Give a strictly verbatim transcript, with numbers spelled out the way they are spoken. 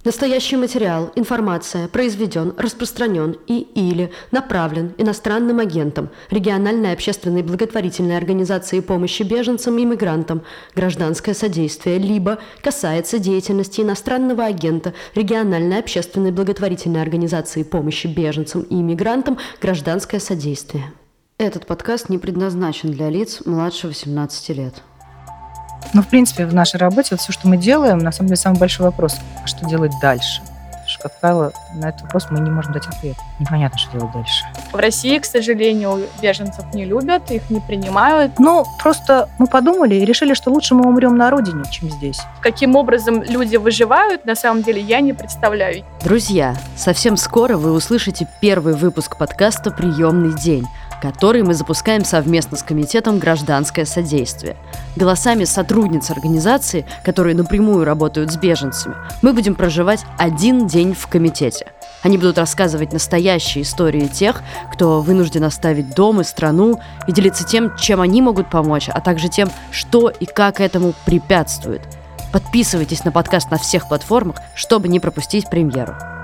Настоящий материал, информация произведен, распространен и или направлен иностранным агентом региональной общественной благотворительной организации помощи беженцам и мигрантам «Гражданское содействие», либо касается деятельности иностранного агента региональной общественной благотворительной организации помощи беженцам и мигрантам «Гражданское содействие». Этот подкаст не предназначен для лиц младше восемнадцати лет. Ну, в принципе, в нашей работе вот все, что мы делаем, на самом деле самый большой вопрос, а что делать дальше? Потому что, как правило, на этот вопрос мы не можем дать ответ. Непонятно, что делать дальше. В России, к сожалению, беженцев не любят, их не принимают. Ну, просто мы подумали и решили, что лучше мы умрем на родине, чем здесь. Каким образом люди выживают, на самом деле, я не представляю. Друзья, совсем скоро вы услышите первый выпуск подкаста «Приемный день», который мы запускаем совместно с комитетом «Гражданское содействие». Голосами сотрудниц организации, которые напрямую работают с беженцами, мы будем проживать один день в комитете. Они будут рассказывать настоящие истории тех, кто вынужден оставить дом и страну, и делиться тем, чем они могут помочь, а также тем, что и как этому препятствует. Подписывайтесь на подкаст на всех платформах, чтобы не пропустить премьеру.